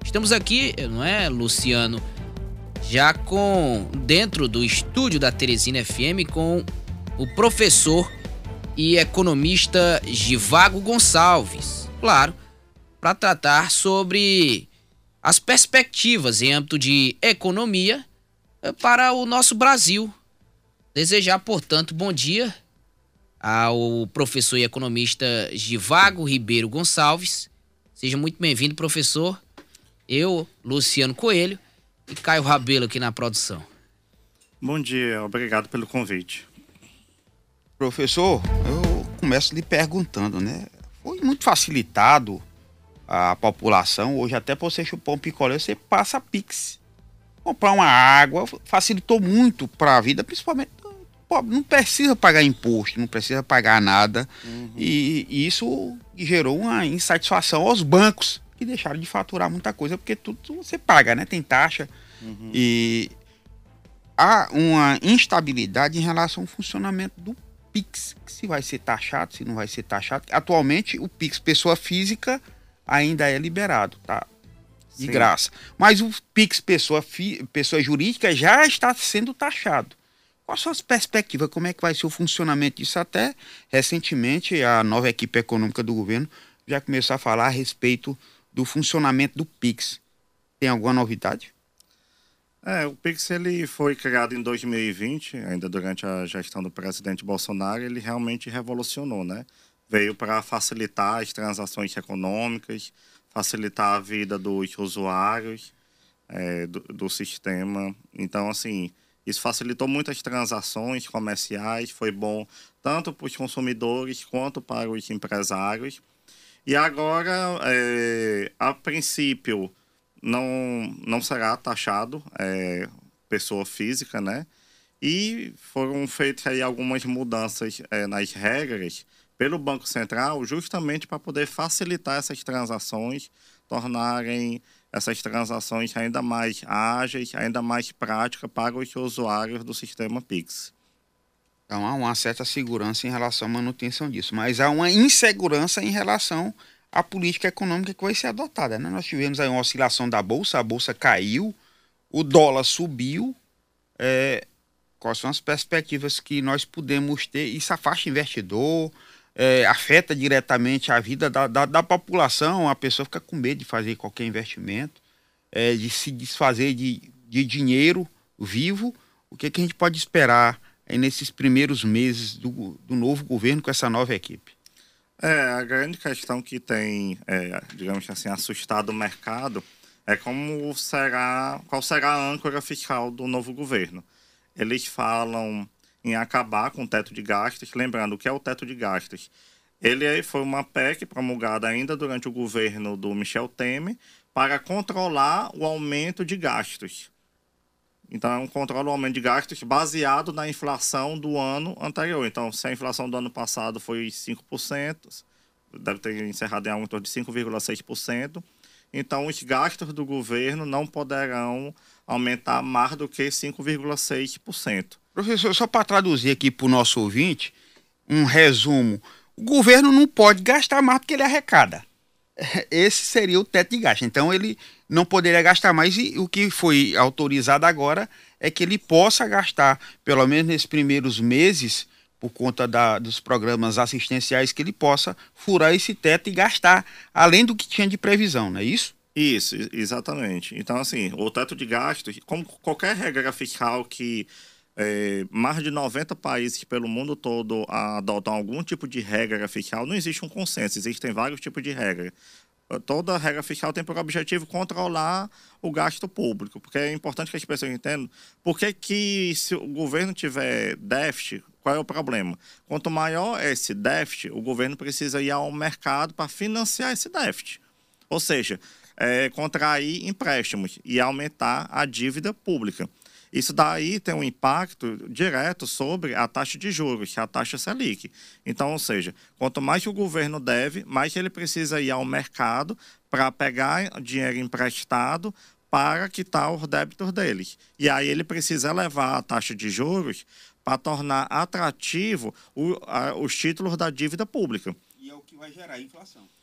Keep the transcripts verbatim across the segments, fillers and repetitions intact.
Estamos aqui, não é, Luciano, já com dentro do estúdio da Teresina F M com o professor e economista Givago Gonçalves, claro, para tratar sobre as perspectivas em âmbito de economia para o nosso Brasil. Desejar, portanto, bom dia ao professor e economista Givago Ribeiro Gonçalves. Seja muito bem-vindo, professor. Eu, Luciano Coelho e Caio Rabelo aqui na produção. Bom dia, obrigado pelo convite. Professor, eu começo lhe perguntando, né? Foi muito facilitado a população, hoje até para você chupar um picolé, você passa Pix. Comprar uma água facilitou muito para a vida, principalmente pobre, não precisa pagar imposto, não precisa pagar nada. Uhum. E, e isso gerou uma insatisfação aos bancos, que deixaram de faturar muita coisa, porque tudo você paga, né? Tem taxa. Uhum. E há uma instabilidade em relação ao funcionamento do Pix, se vai ser taxado, se não vai ser taxado. Atualmente, o Pix pessoa física ainda é liberado, tá? De Sim. graça. Mas o Pix pessoa, fi, pessoa jurídica já está sendo taxado. Quais são as perspectivas? Como é que vai ser o funcionamento disso? Até recentemente, a nova equipe econômica do governo já começou a falar a respeito do funcionamento do Pix. Tem alguma novidade? É, o Pix ele foi criado em dois mil e vinte, ainda durante a gestão do presidente Bolsonaro, ele realmente revolucionou, né? Veio para facilitar as transações econômicas, facilitar a vida dos usuários é, do, do sistema. Então, assim, isso facilitou muitas transações comerciais, foi bom tanto para os consumidores quanto para os empresários. E agora, é, a princípio, não, não será taxado é, pessoa física, né? E foram feitas aí algumas mudanças é, nas regras pelo Banco Central, justamente para poder facilitar essas transações, tornarem essas transações ainda mais ágeis, ainda mais práticas para os usuários do sistema Pix. Então há uma certa segurança em relação à manutenção disso, mas há uma insegurança em relação à política econômica que vai ser adotada, né? Nós tivemos aí uma oscilação da Bolsa, a Bolsa caiu, o dólar subiu. É, quais são as perspectivas que nós podemos ter? Isso afasta investidor, é, afeta diretamente a vida da, da, da população, a pessoa fica com medo de fazer qualquer investimento, é, de se desfazer de, de dinheiro vivo. O que, que a gente pode esperar aí nesses primeiros meses do, do novo governo com essa nova equipe? É, a grande questão que tem, é, digamos assim, assustado o mercado é como será, qual será a âncora fiscal do novo governo. Eles falam em acabar com o teto de gastos. Lembrando, o que é o teto de gastos? Ele foi uma P E C promulgada ainda durante o governo do Michel Temer para controlar o aumento de gastos. Então, é um controle do aumento de gastos baseado na inflação do ano anterior. Então, se a inflação do ano passado foi cinco por cento, deve ter encerrado em algo em torno de cinco vírgula seis por cento. Então, os gastos do governo não poderão aumentar mais do que cinco vírgula seis por cento. Professor, só para traduzir aqui para o nosso ouvinte, um resumo. O governo não pode gastar mais do que ele arrecada. Esse seria o teto de gasto. Então, ele não poderia gastar mais, e o que foi autorizado agora é que ele possa gastar, pelo menos nesses primeiros meses, por conta da, dos programas assistenciais, que ele possa furar esse teto e gastar além do que tinha de previsão, não é isso? Isso, exatamente. Então, assim, o teto de gastos, como qualquer regra fiscal que é, mais de noventa países pelo mundo todo adotam algum tipo de regra fiscal, não existe um consenso, existem vários tipos de regra. Toda regra fiscal tem por objetivo controlar o gasto público, porque é importante que as pessoas entendam por que que se o governo tiver déficit, qual é o problema? Quanto maior é esse déficit, o governo precisa ir ao mercado para financiar esse déficit. Ou seja, é, contrair empréstimos e aumentar a dívida pública. Isso daí tem um impacto direto sobre a taxa de juros, que é a taxa Selic. Então, ou seja, quanto mais que o governo deve, mais que ele precisa ir ao mercado para pegar dinheiro emprestado para quitar os débitos deles. E aí ele precisa elevar a taxa de juros para tornar atrativo o, a, os títulos da dívida pública. E é o que vai gerar inflação.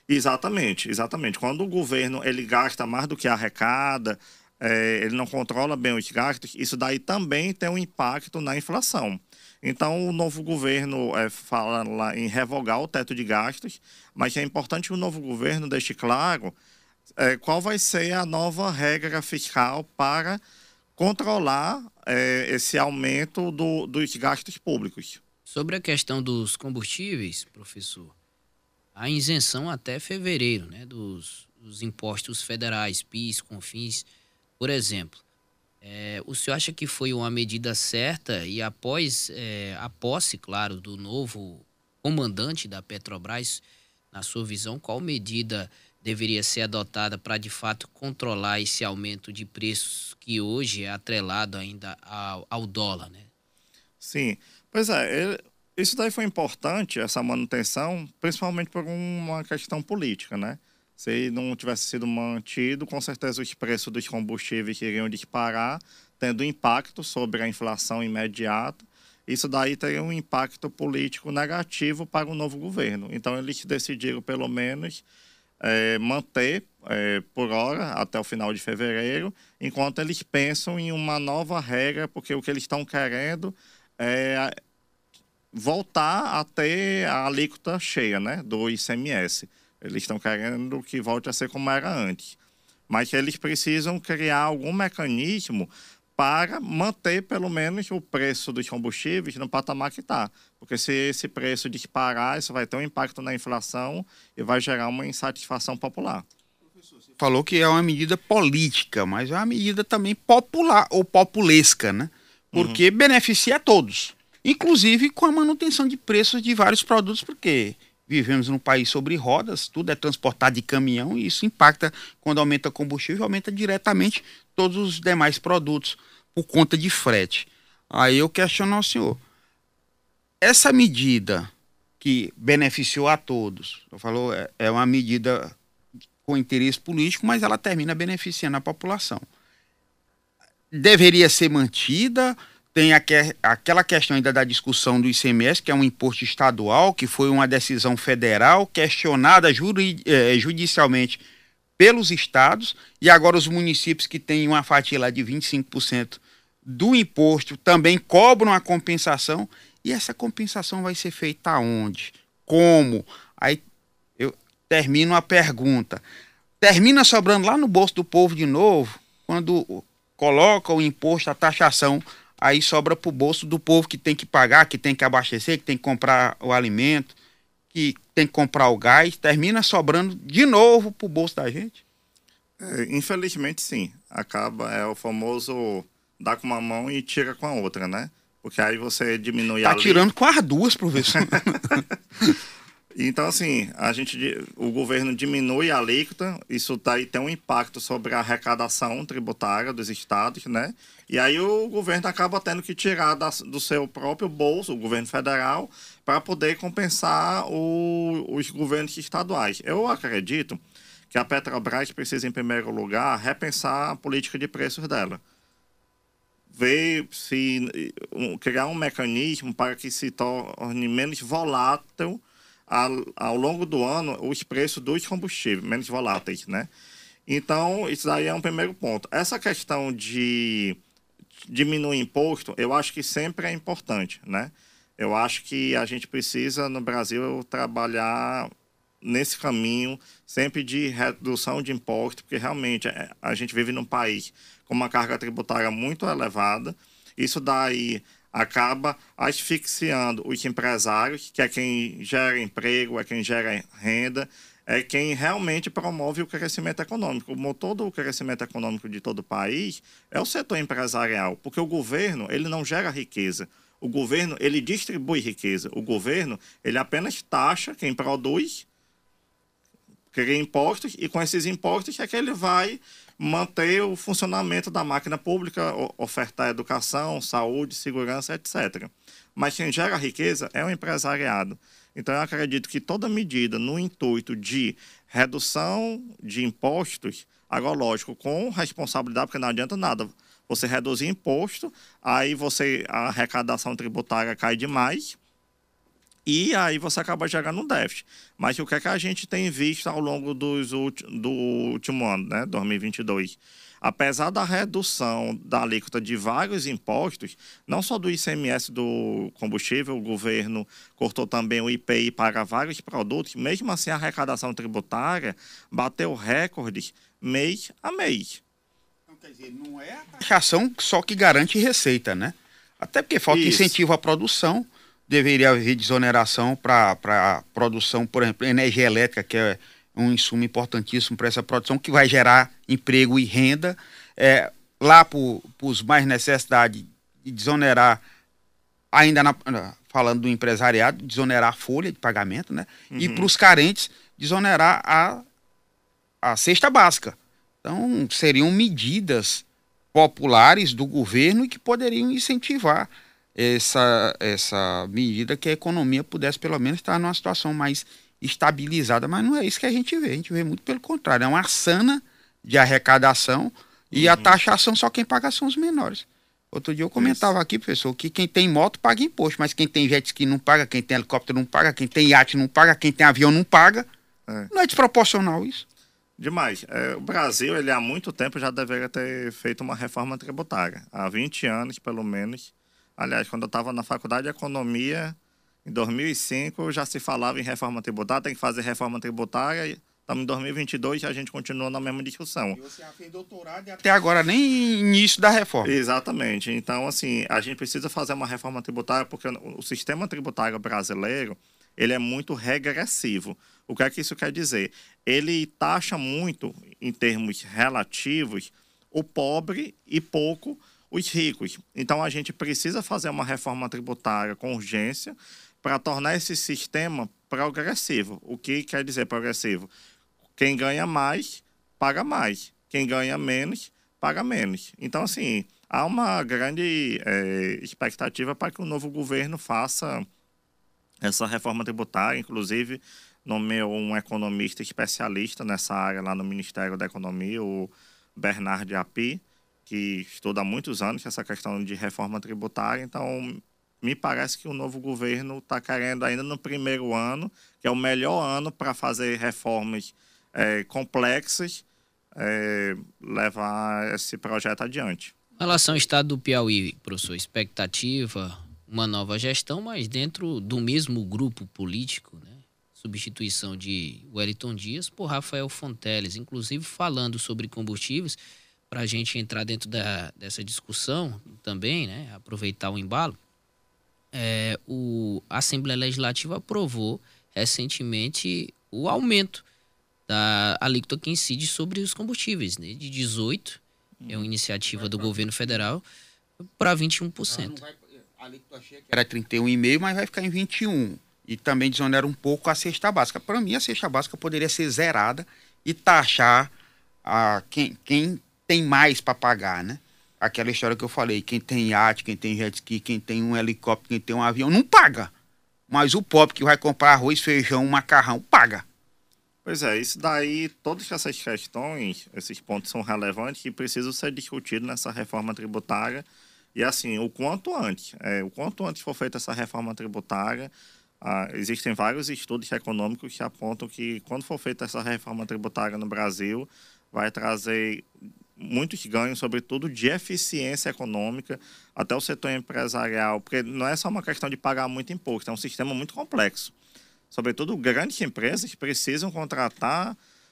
Exatamente, exatamente. Quando o governo ele gasta mais do que arrecada, é, ele não controla bem os gastos, isso daí também tem um impacto na inflação. Então, o novo governo é, fala lá em revogar o teto de gastos, mas é importante que o novo governo deixe claro é, qual vai ser a nova regra fiscal para controlar é, esse aumento do, dos gastos públicos. Sobre a questão dos combustíveis, professor, a isenção até fevereiro, né, dos, dos impostos federais, PIS, CONFINS, por exemplo. É, o senhor acha que foi uma medida certa e após é, a posse, claro, do novo comandante da Petrobras, na sua visão, qual medida deveria ser adotada para, de fato, controlar esse aumento de preços que hoje é atrelado ainda ao, ao dólar, né? Sim, pois é, ele, isso daí foi importante, essa manutenção, principalmente por uma questão política, né? Se não tivesse sido mantido, com certeza os preços dos combustíveis iriam disparar, tendo impacto sobre a inflação imediata. Isso daí teria um impacto político negativo para o novo governo. Então, eles decidiram, pelo menos, é, manter é, por hora, até o final de fevereiro, enquanto eles pensam em uma nova regra, porque o que eles estão querendo é voltar a ter a alíquota cheia, né, do I C M S. Eles estão querendo que volte a ser como era antes. Mas eles precisam criar algum mecanismo para manter, pelo menos, o preço dos combustíveis no patamar que está. Porque se esse preço disparar, isso vai ter um impacto na inflação e vai gerar uma insatisfação popular. Falou que é uma medida política, mas é uma medida também popular ou populesca, né? Porque uhum. beneficia a todos, inclusive com a manutenção de preços de vários produtos, porque vivemos num país sobre rodas, tudo é transportado de caminhão e isso impacta, quando aumenta combustível, aumenta diretamente todos os demais produtos por conta de frete. Aí eu questiono ao senhor, essa medida que beneficiou a todos, eu falo, é, é uma medida com interesse político, mas ela termina beneficiando a população. Deveria ser mantida? Tem aquela questão ainda da discussão do I C M S, que é um imposto estadual, que foi uma decisão federal questionada juri, eh, judicialmente pelos estados, e agora os municípios que têm uma fatia lá de vinte e cinco por cento do imposto também cobram a compensação, e essa compensação vai ser feita aonde? Como? Aí eu termino a pergunta. Termina sobrando lá no bolso do povo de novo, quando coloca o imposto, a taxação, aí sobra para o bolso do povo que tem que pagar, que tem que abastecer, que tem que comprar o alimento, que tem que comprar o gás, termina sobrando de novo para o bolso da gente? É, infelizmente, sim. Acaba, é o famoso dá com uma mão e tira com a outra, né? Porque aí você diminui tá a... Tá tirando com as duas, professor. Então, assim, a gente, o governo diminui a alíquota, isso daí tem um impacto sobre a arrecadação tributária dos estados, né? E aí o governo acaba tendo que tirar da, do seu próprio bolso, o governo federal, para poder compensar o, os governos estaduais. Eu acredito que a Petrobras precisa, em primeiro lugar, repensar a política de preços dela. Ver se criar um mecanismo para que se torne menos volátil ao, ao longo do ano os preços dos combustíveis, menos voláteis, né? Então, isso daí é um primeiro ponto. Essa questão de diminuir imposto, eu acho que sempre é importante, né? Eu acho que a gente precisa, no Brasil, trabalhar nesse caminho sempre de redução de imposto, porque realmente a gente vive num país com uma carga tributária muito elevada. Isso daí acaba asfixiando os empresários, que é quem gera emprego, é quem gera renda, é quem realmente promove o crescimento econômico. O motor do crescimento econômico de todo o país é o setor empresarial, porque o governo ele não gera riqueza. O governo ele distribui riqueza. O governo ele apenas taxa quem produz, cria impostos, e com esses impostos é que ele vai manter o funcionamento da máquina pública, ofertar educação, saúde, segurança, etcétera. Mas quem gera riqueza é o empresariado. Então, eu acredito que toda medida no intuito de redução de impostos, agora, lógico, com responsabilidade, porque não adianta nada você reduzir imposto, aí você, a arrecadação tributária cai demais, e aí você acaba gerando um déficit. Mas o que é que a gente tem visto ao longo dos ulti- do último ano, né, dois mil e vinte e dois? Apesar da redução da alíquota de vários impostos, não só do I C M S do combustível, o governo cortou também o I P I para vários produtos, mesmo assim a arrecadação tributária bateu recordes mês a mês. Então, quer dizer, não é a taxação só que garante receita, né? Até porque falta Isso. incentivo à produção, deveria haver desoneração para a produção, por exemplo, energia elétrica, que é um insumo importantíssimo para essa produção, que vai gerar emprego e renda. É, lá para os mais necessidade de desonerar, ainda na, falando do empresariado, desonerar a folha de pagamento, né? Uhum. E para os carentes, desonerar a, a cesta básica. Então, seriam medidas populares do governo e que poderiam incentivar essa, essa medida, que a economia pudesse pelo menos estar numa situação mais estabilizada, mas não é isso que a gente vê. A gente vê muito pelo contrário. É uma sana de arrecadação e uhum. a taxação só quem paga são os menores. Outro dia eu comentava isso. aqui, professor, que quem tem moto paga imposto, mas quem tem jet ski não paga, quem tem helicóptero não paga, quem tem iate não paga, quem tem avião não paga. É. Não é desproporcional isso? Demais. É, o Brasil, ele há muito tempo já deveria ter feito uma reforma tributária. Há vinte anos, pelo menos. Aliás, quando eu estava na faculdade de economia, em dois mil e cinco, já se falava em reforma tributária, tem que fazer reforma tributária. Estamos em dois mil e vinte e dois e a gente continua na mesma discussão. E você já fez doutorado e até agora nem início da reforma. Exatamente. Então, assim, a gente precisa fazer uma reforma tributária porque o sistema tributário brasileiro, ele é muito regressivo. O que é que isso quer dizer? Ele taxa muito, em termos relativos, o pobre e pouco os ricos. Então, a gente precisa fazer uma reforma tributária com urgência para tornar esse sistema progressivo. O que quer dizer progressivo? Quem ganha mais, paga mais. Quem ganha menos, paga menos. Então, assim, há uma grande é, expectativa para que o novo governo faça essa reforma tributária. Inclusive, nomeou um economista especialista nessa área lá no Ministério da Economia, o Bernard Api, que estuda há muitos anos essa questão de reforma tributária. Então, me parece que o novo governo está querendo, ainda no primeiro ano, que é o melhor ano para fazer reformas é, complexas, é, levar esse projeto adiante. Em relação ao estado do Piauí, professor, expectativa, uma nova gestão, mas dentro do mesmo grupo político, né? Substituição de Wellington Dias por Rafael Fonteles, inclusive falando sobre combustíveis, para a gente entrar dentro da, dessa discussão também, né? Aproveitar o embalo. É, o, a Assembleia Legislativa aprovou recentemente o aumento da alíquota que incide sobre os combustíveis, né, de dezoito por cento, é uma iniciativa do governo federal, para vinte e um por cento. Vai, a alíquota achei que era trinta e um vírgula cinco por cento, mas vai ficar em vinte e um por cento. E também desonera um pouco a cesta básica. Para mim, a cesta básica poderia ser zerada e taxar a quem, quem tem mais para pagar, né? Aquela história que eu falei, quem tem iate, quem tem jet ski, quem tem um helicóptero, quem tem um avião, não paga. Mas o pobre que vai comprar arroz, feijão, macarrão, paga. Pois é, isso daí, todas essas questões, esses pontos são relevantes e precisam ser discutidos nessa reforma tributária. E assim, o quanto antes, é, o quanto antes for feita essa reforma tributária, ah, existem vários estudos econômicos que apontam que quando for feita essa reforma tributária no Brasil, vai trazer muitos ganhos, sobretudo de eficiência econômica, até o setor empresarial, porque não é só uma questão de pagar muito imposto, é um sistema muito complexo. Sobretudo, grandes empresas precisam contratar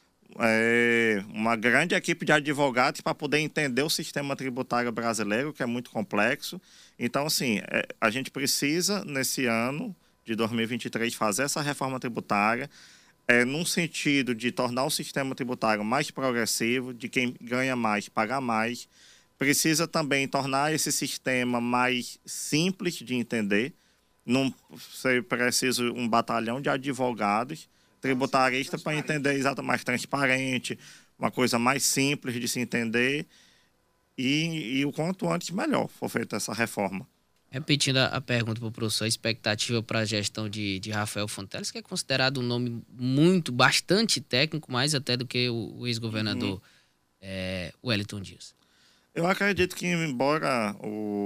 é, uma grande equipe de advogados para poder entender o sistema tributário brasileiro, que é muito complexo. Então, assim, é, a gente precisa, nesse ano de dois mil e vinte e três, fazer essa reforma tributária, É, num sentido de tornar o sistema tributário mais progressivo, de quem ganha mais pagar mais. Precisa também tornar esse sistema mais simples de entender. Não ser preciso um batalhão de advogados tributaristas para entender exatamente, mais transparente, uma coisa mais simples de se entender. E, e o quanto antes melhor for feita essa reforma. Repetindo a pergunta para o professor, a expectativa para a gestão de, de Rafael Fonteles, que é considerado um nome muito, bastante técnico, mais até do que o, o ex-governador uhum. é, Wellington Dias. Eu acredito que, embora o,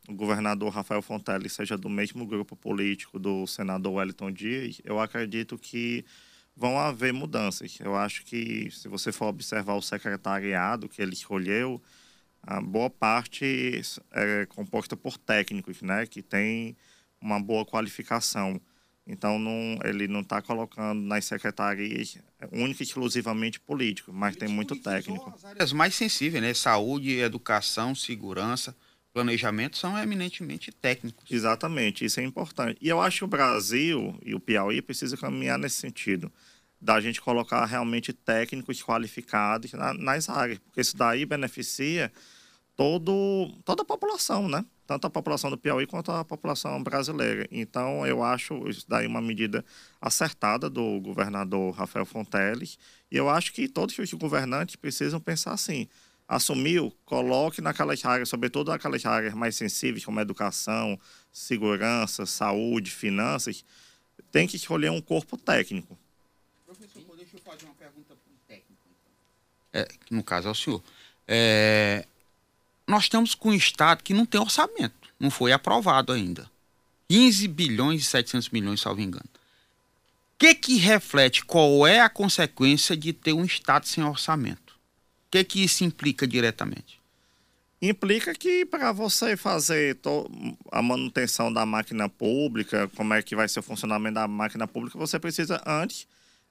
o governador Rafael Fonteles seja do mesmo grupo político do senador Wellington Dias, eu acredito que vão haver mudanças. Eu acho que, se você for observar o secretariado que ele escolheu, a boa parte é composta por técnicos, né, que tem uma boa qualificação. Então, não, ele não está colocando nas secretarias única e exclusivamente político, mas tem muito técnico. As áreas mais sensíveis, né? Saúde, educação, segurança, planejamento, são eminentemente técnicos. Exatamente, isso é importante. E eu acho que o Brasil e o Piauí precisam caminhar nesse sentido, da gente colocar realmente técnicos qualificados na, nas áreas, porque isso daí beneficia todo, toda a população, né? Tanto a população do Piauí quanto a população brasileira. Então, eu acho isso daí uma medida acertada do governador Rafael Fonteles. E eu acho que todos os governantes precisam pensar assim: assumiu, coloque naquelas áreas, sobretudo naquelas áreas mais sensíveis, como educação, segurança, saúde, finanças, tem que escolher um corpo técnico. Professor, deixa eu fazer uma pergunta para um técnico. É, no caso é o senhor. É... Nós estamos com um Estado que não tem orçamento, não foi aprovado ainda. quinze bilhões e setecentos milhões, salvo engano. O que que reflete, qual é a consequência de ter um Estado sem orçamento? O que que isso implica diretamente? Implica que, para você fazer a manutenção da máquina pública, como é que vai ser o funcionamento da máquina pública, você precisa antes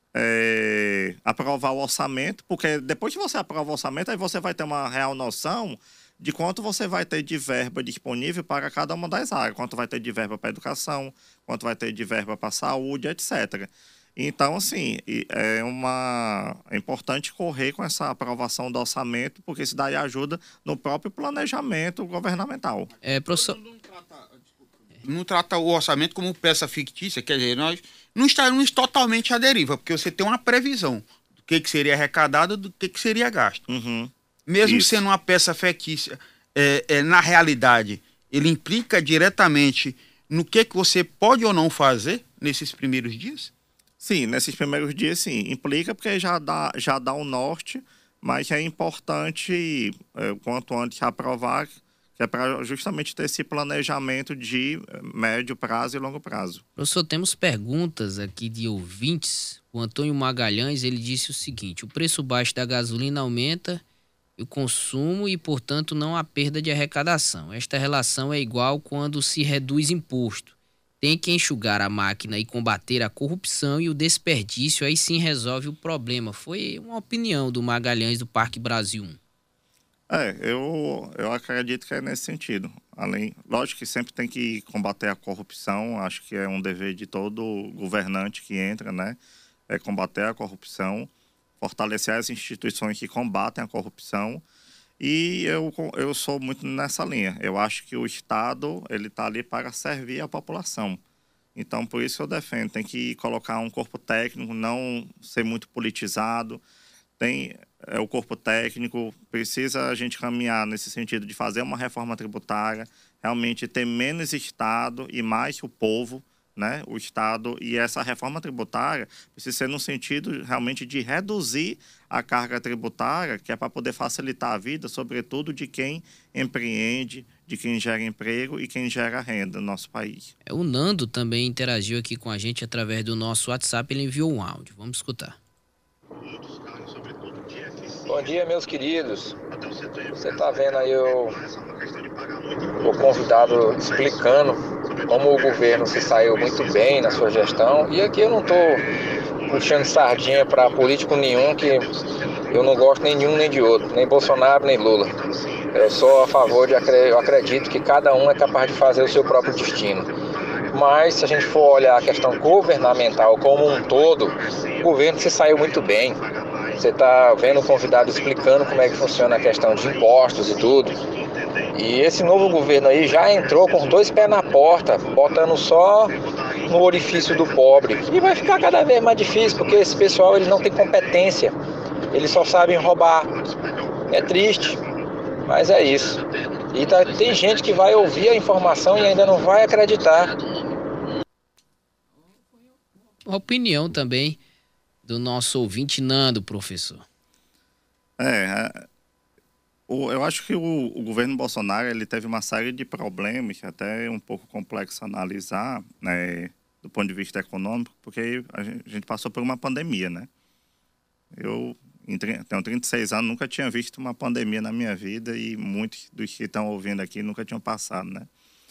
é, aprovar o orçamento, porque depois que você aprova o orçamento, aí você vai ter uma real noção de quanto você vai ter de verba disponível para cada uma das áreas, quanto vai ter de verba para educação, quanto vai ter de verba para saúde, etcétera. Então, assim, é, uma... é importante correr com essa aprovação do orçamento, porque isso daí ajuda no próprio planejamento governamental. É, professor... Não trata, não trata o orçamento como peça fictícia, quer dizer, nós não estaremos totalmente à deriva, porque você tem uma previsão do que, que seria arrecadado, do que, que seria gasto. Uhum. Mesmo Isso. sendo uma peça fictícia, é, é, na realidade, ele implica diretamente no que, que você pode ou não fazer nesses primeiros dias? Sim, nesses primeiros dias, sim. Implica porque já dá, já dá um norte, mas é importante, é, quanto antes, aprovar, que é para justamente ter esse planejamento de médio prazo e longo prazo. Professor, temos perguntas aqui de ouvintes. O Antônio Magalhães, ele disse o seguinte: o preço baixo da gasolina aumenta o consumo e, portanto, não há perda de arrecadação. Esta relação é igual quando se reduz imposto. Tem que enxugar a máquina e combater a corrupção e o desperdício, aí sim resolve o problema. Foi uma opinião do Magalhães do Parque Brasil um. É, eu, eu acredito que é nesse sentido. Além, lógico que sempre tem que combater a corrupção, acho que é um dever de todo governante que entra, né? É combater a corrupção, fortalecer as instituições que combatem a corrupção. E eu, eu sou muito nessa linha. Eu acho que o Estado ele está ali para servir a população. Então, por isso que eu defendo. Tem que colocar um corpo técnico, não ser muito politizado. Tem é, o corpo técnico, precisa a gente caminhar nesse sentido de fazer uma reforma tributária, realmente ter menos Estado e mais o povo, né, o Estado, e essa reforma tributária precisa ser no sentido realmente de reduzir a carga tributária, que é para poder facilitar a vida, sobretudo de quem empreende, de quem gera emprego e quem gera renda no nosso país. O Nando também interagiu aqui com a gente através do nosso WhatsApp, ele enviou um áudio. Vamos escutar. Bom dia, meus queridos. Você está vendo aí o, o convidado explicando como o governo se saiu muito bem na sua gestão. E aqui eu não estou puxando sardinha para político nenhum, que eu não gosto nem de um nem de outro, nem Bolsonaro nem Lula. Eu sou a favor de, eu acredito que cada um é capaz de fazer o seu próprio destino. Mas se a gente for olhar a questão governamental como um todo, o governo se saiu muito bem. Você está vendo o convidado explicando como é que funciona a questão de impostos e tudo. E esse novo governo aí já entrou com dois pés na porta, botando só no orifício do pobre. E vai ficar cada vez mais difícil, porque esse pessoal ele não tem competência. Eles só sabem roubar. É triste, mas é isso. E tá, tem gente que vai ouvir a informação e ainda não vai acreditar. Uma opinião também do nosso ouvinte Nando, professor. É, O, eu acho que o, o governo Bolsonaro ele teve uma série de problemas, até um pouco complexo analisar, né, do ponto de vista econômico, porque a gente, a gente passou por uma pandemia, né? Eu em, tenho trinta e seis anos, nunca tinha visto uma pandemia na minha vida e muitos dos que estão ouvindo aqui nunca tinham passado, né?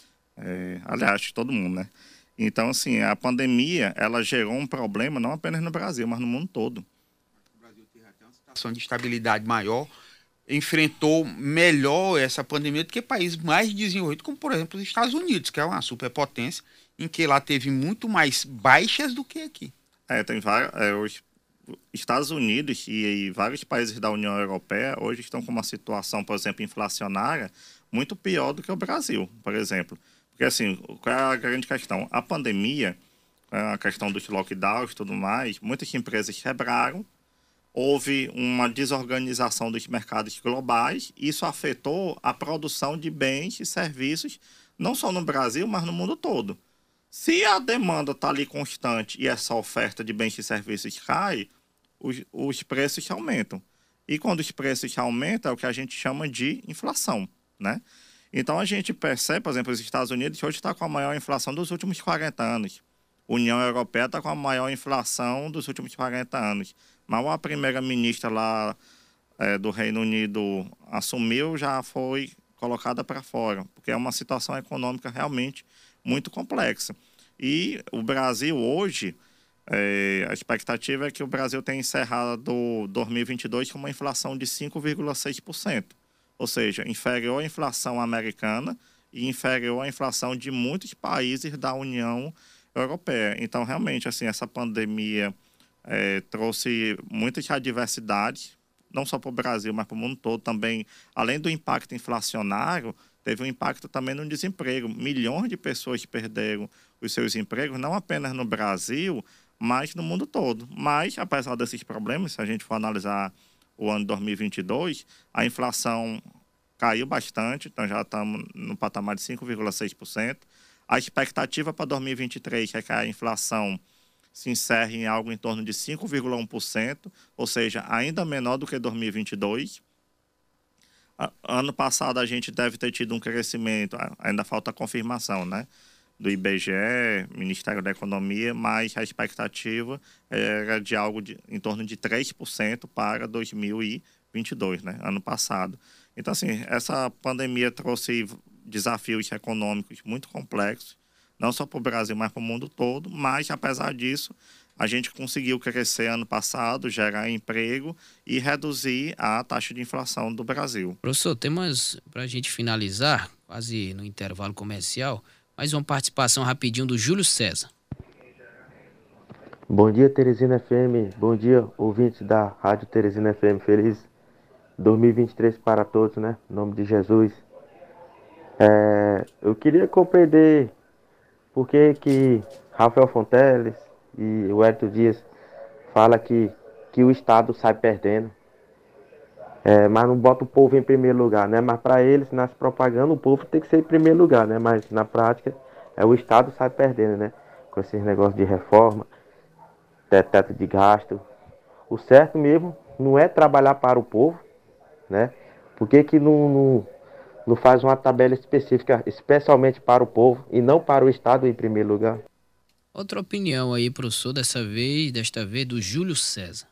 É, aliás, todo mundo, né? Então, assim, a pandemia, ela gerou um problema não apenas no Brasil, mas no mundo todo. O Brasil teve até uma situação de estabilidade maior, enfrentou melhor essa pandemia do que países mais desenvolvidos, como, por exemplo, os Estados Unidos, que é uma superpotência, em que lá teve muito mais baixas do que aqui. É, tem vários... É, os Estados Unidos e, e vários países da União Europeia hoje estão com uma situação, por exemplo, inflacionária, muito pior do que o Brasil, por exemplo. Porque, assim, qual é a grande questão? A pandemia, a questão dos lockdowns e tudo mais, muitas empresas quebraram, houve uma desorganização dos mercados globais, e isso afetou a produção de bens e serviços, não só no Brasil, mas no mundo todo. Se a demanda está ali constante e essa oferta de bens e serviços cai, os, os preços aumentam. E quando os preços aumentam, é o que a gente chama de inflação, né? Então, a gente percebe, por exemplo, os Estados Unidos hoje está com a maior inflação dos últimos quarenta anos. A União Europeia está com a maior inflação dos últimos quarenta anos. Mas a primeira-ministra lá é, do Reino Unido assumiu, já foi colocada para fora, porque é uma situação econômica realmente muito complexa. E o Brasil hoje, é, a expectativa é que o Brasil tenha encerrado dois mil e vinte e dois com uma inflação de cinco vírgula seis por cento. Ou seja, inferior à inflação americana e inferior à inflação de muitos países da União Europeia. Então, realmente, assim, essa pandemia é, trouxe muitas adversidades, não só para o Brasil, mas para o mundo todo também. Além do impacto inflacionário, teve um impacto também no desemprego. Milhões de pessoas perderam os seus empregos, não apenas no Brasil, mas no mundo todo. Mas, apesar desses problemas, se a gente for analisar o ano dois mil e vinte e dois, a inflação caiu bastante, então já estamos no patamar de cinco vírgula seis por cento. A expectativa para dois mil e vinte e três é que a inflação se encerre em algo em torno de cinco vírgula um por cento, ou seja, ainda menor do que dois mil e vinte e dois. Ano passado a gente deve ter tido um crescimento, ainda falta a confirmação, né, do I B G E, Ministério da Economia, mas a expectativa era de algo de, em torno de três por cento para dois mil e vinte e dois, né, ano passado. Então, assim, essa pandemia trouxe desafios econômicos muito complexos, não só para o Brasil, mas para o mundo todo, mas, apesar disso, a gente conseguiu crescer ano passado, gerar emprego e reduzir a taxa de inflação do Brasil. Professor, temos, para a gente finalizar, quase no intervalo comercial, mais uma participação rapidinho do Júlio César. Bom dia, Teresina F M. Bom dia, ouvintes da Rádio Teresina F M. Feliz dois mil e vinte e três para todos, né? Em nome de Jesus. É, eu queria compreender por que que Rafael Fonteles e o Hélio Dias fala que, que o Estado sai perdendo. É, mas não bota o povo em primeiro lugar, né? Mas para eles, nas propagandas, o povo tem que ser em primeiro lugar, né? Mas na prática, é o Estado sai perdendo, né? Com esses negócios de reforma, teto de gasto. O certo mesmo não é trabalhar para o povo, né? Por que que não, não, não faz uma tabela específica, especialmente para o povo e não para o Estado em primeiro lugar? Outra opinião aí, professor, dessa vez, desta vez, do Júlio César.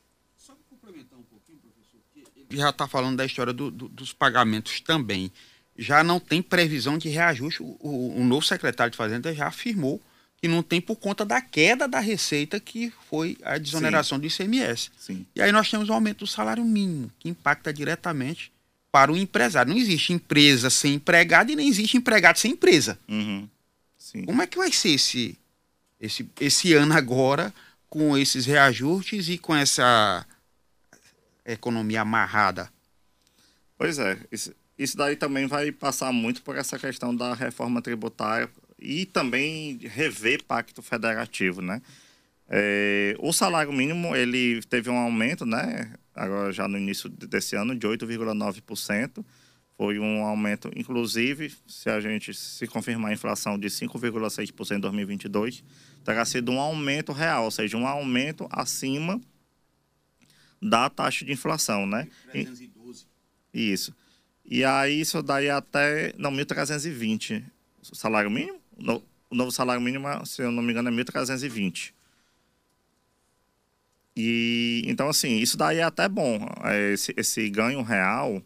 Já está falando da história do, do, dos pagamentos também. Já não tem previsão de reajuste. O, o, o novo secretário de Fazenda já afirmou que não tem por conta da queda da receita, que foi a desoneração Sim. do I C M S. Sim. E aí nós temos o aumento do salário mínimo, que impacta diretamente para o empresário. Não existe empresa sem empregado e nem existe empregado sem empresa. Uhum. Sim. Como é que vai ser esse, esse, esse ano agora, com esses reajustes e com essa economia amarrada? Pois é, isso, isso daí também vai passar muito por essa questão da reforma tributária e também rever pacto federativo, né? É, o salário mínimo, ele teve um aumento, né? Agora já no início desse ano, de oito vírgula nove por cento. Foi um aumento, inclusive, se a gente se confirmar a inflação de cinco vírgula seis por cento em dois mil e vinte e dois, terá sido um aumento real, ou seja, um aumento acima da taxa de inflação, né? trezentos e doze. Isso. E aí isso daí até, não, mil trezentos e vinte o salário mínimo. No, o novo salário mínimo, se eu não me engano, é mil trezentos e vinte. E então, assim, isso daí é até bom. Esse, esse ganho real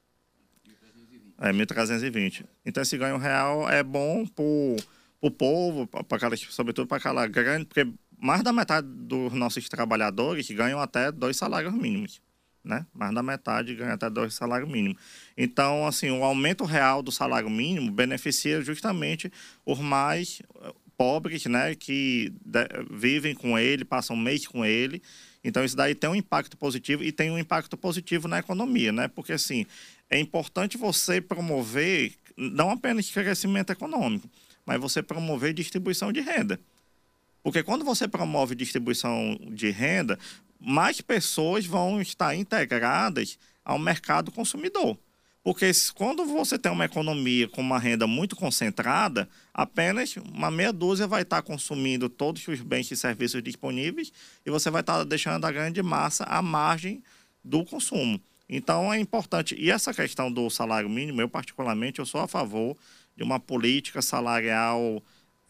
é mil trezentos e vinte. Então, esse ganho real é bom para o povo, pra aquela, sobretudo para aquela grande... Porque mais da metade dos nossos trabalhadores ganham até dois salários mínimos, né? Mais da metade ganha até dois salários mínimos. Então, assim, o aumento real do salário mínimo beneficia justamente os mais pobres, né? Que de, vivem com ele, passam um mês com ele. Então, isso daí tem um impacto positivo e tem um impacto positivo na economia, né? Porque, assim, é importante você promover, não apenas crescimento econômico, mas você promover distribuição de renda. Porque quando você promove distribuição de renda, mais pessoas vão estar integradas ao mercado consumidor. Porque quando você tem uma economia com uma renda muito concentrada, apenas uma meia dúzia vai estar consumindo todos os bens e serviços disponíveis e você vai estar deixando a grande massa à margem do consumo. Então, é importante. E essa questão do salário mínimo, eu particularmente, eu sou a favor de uma política salarial,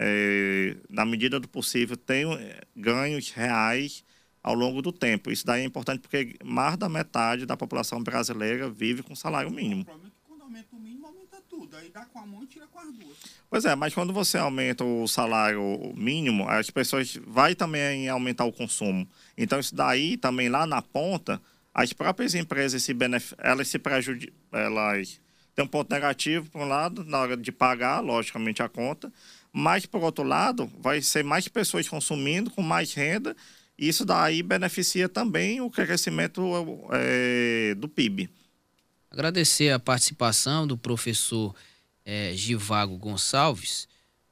é, na medida do possível, tenho ganhos reais ao longo do tempo. Isso daí é importante porque mais da metade da população brasileira vive com salário mínimo. O problema é que quando aumenta o mínimo, aumenta tudo. Aí dá com a mão e tira com as duas. Pois é, mas quando você aumenta o salário mínimo, as pessoas vai também aumentar o consumo. Então, isso daí também lá na ponta, as próprias empresas se benef... elas se prejudicam, elas têm um ponto negativo, por um lado, na hora de pagar, logicamente, a conta, mas, por outro lado, vai ser mais pessoas consumindo, com mais renda, e isso daí beneficia também o crescimento é, do P I B. Agradecer a participação do professor é, Givago Gonçalves,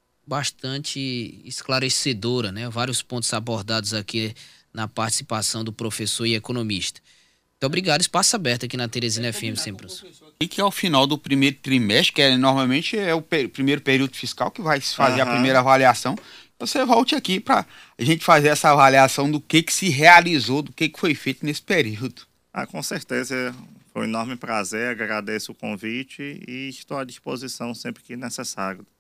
bastante esclarecedora, né? Vários pontos abordados aqui na participação do professor e economista. Muito obrigado, espaço aberto aqui na Teresina F M sempre. E que ao final do primeiro trimestre, que é, normalmente é o per- primeiro período fiscal que vai se fazer uhum. a primeira avaliação, você volte aqui para a gente fazer essa avaliação do que, que se realizou, do que, que foi feito nesse período. Ah, com certeza, foi um enorme prazer, agradeço o convite e estou à disposição sempre que necessário.